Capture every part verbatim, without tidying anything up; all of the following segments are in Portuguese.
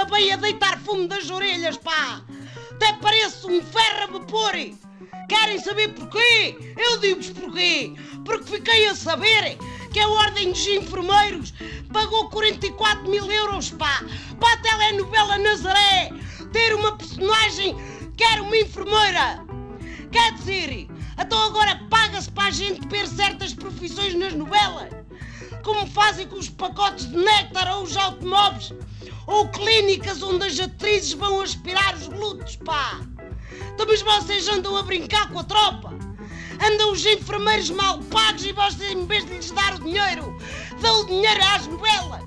acabei a deitar fumo das orelhas, pá! Até parece um ferro a vapor! Querem saber porquê? Eu digo-vos porquê! Porque fiquei a saber que a Ordem dos Enfermeiros pagou quarenta e quatro mil euros, pá! Para a telenovela Nazaré ter uma personagem que era uma enfermeira! Quer dizer, então agora paga-se para a gente ter certas profissões nas novelas? Como fazem com os pacotes de néctar ou os automóveis? Ou clínicas onde as atrizes vão aspirar os glúteos, pá! Então, mas vocês andam a brincar com a tropa? Andam os enfermeiros mal pagos e vocês, em vez de lhes dar o dinheiro, dão o dinheiro às novelas?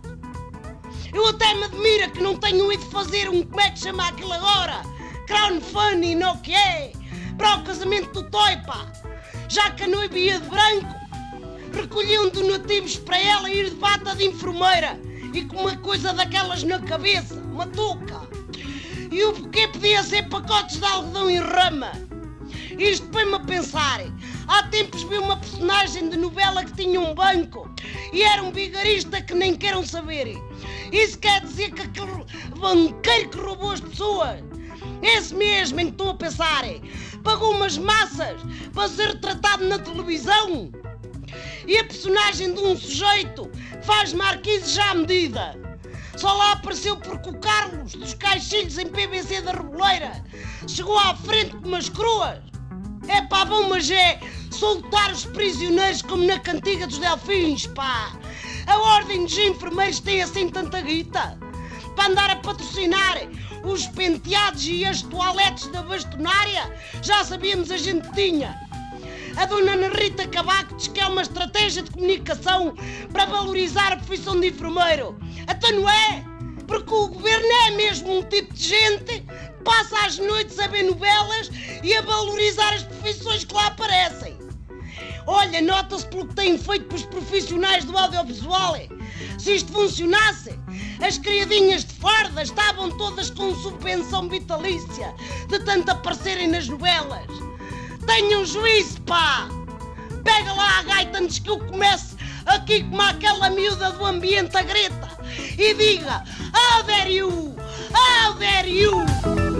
Eu até me admiro que não tenham ido fazer um, como é que chama aquilo agora? Crowdfunding, não que é? Para o casamento do Toy, pá! Já que a noiva ia de branco, recolhiam donativos para ela ir de bata de enfermeira e com uma coisa daquelas na cabeça, uma touca. E o porquê podia ser pacotes de algodão em rama? Isto põe-me a pensar. Há tempos vi uma personagem de novela que tinha um banco e era um vigarista que nem queiram saber. Isso quer dizer que aquele banqueiro que roubou as pessoas, esse mesmo em que estou a pensar, pagou umas massas para ser retratado na televisão? E a personagem de um sujeito faz marquise já à medida. Só lá apareceu porque o Carlos dos Caixilhos em P B C da Reboleira chegou à frente com umas cruas. É pá, bom, mas é soltar os prisioneiros como na cantiga dos Delfins, pá. A Ordem dos Enfermeiros tem assim tanta guita para andar a patrocinar os penteados e as toaletes da bastonária? Já sabíamos, a gente tinha. A dona Ana Rita Cavaco diz que é uma estratégia de comunicação para valorizar a profissão de enfermeiro. Até não é? Porque o governo é mesmo um tipo de gente que passa as noites a ver novelas e a valorizar as profissões que lá aparecem. Olha, nota-se pelo que têm feito para os profissionais do audiovisual. Se isto funcionasse, as criadinhas de farda estavam todas com subvenção vitalícia de tanto aparecerem nas novelas. Tenham juízo, pá! Pega lá a gaita antes que eu comece aqui como aquela miúda do ambiente a Greta e diga: How dare you! How dare you!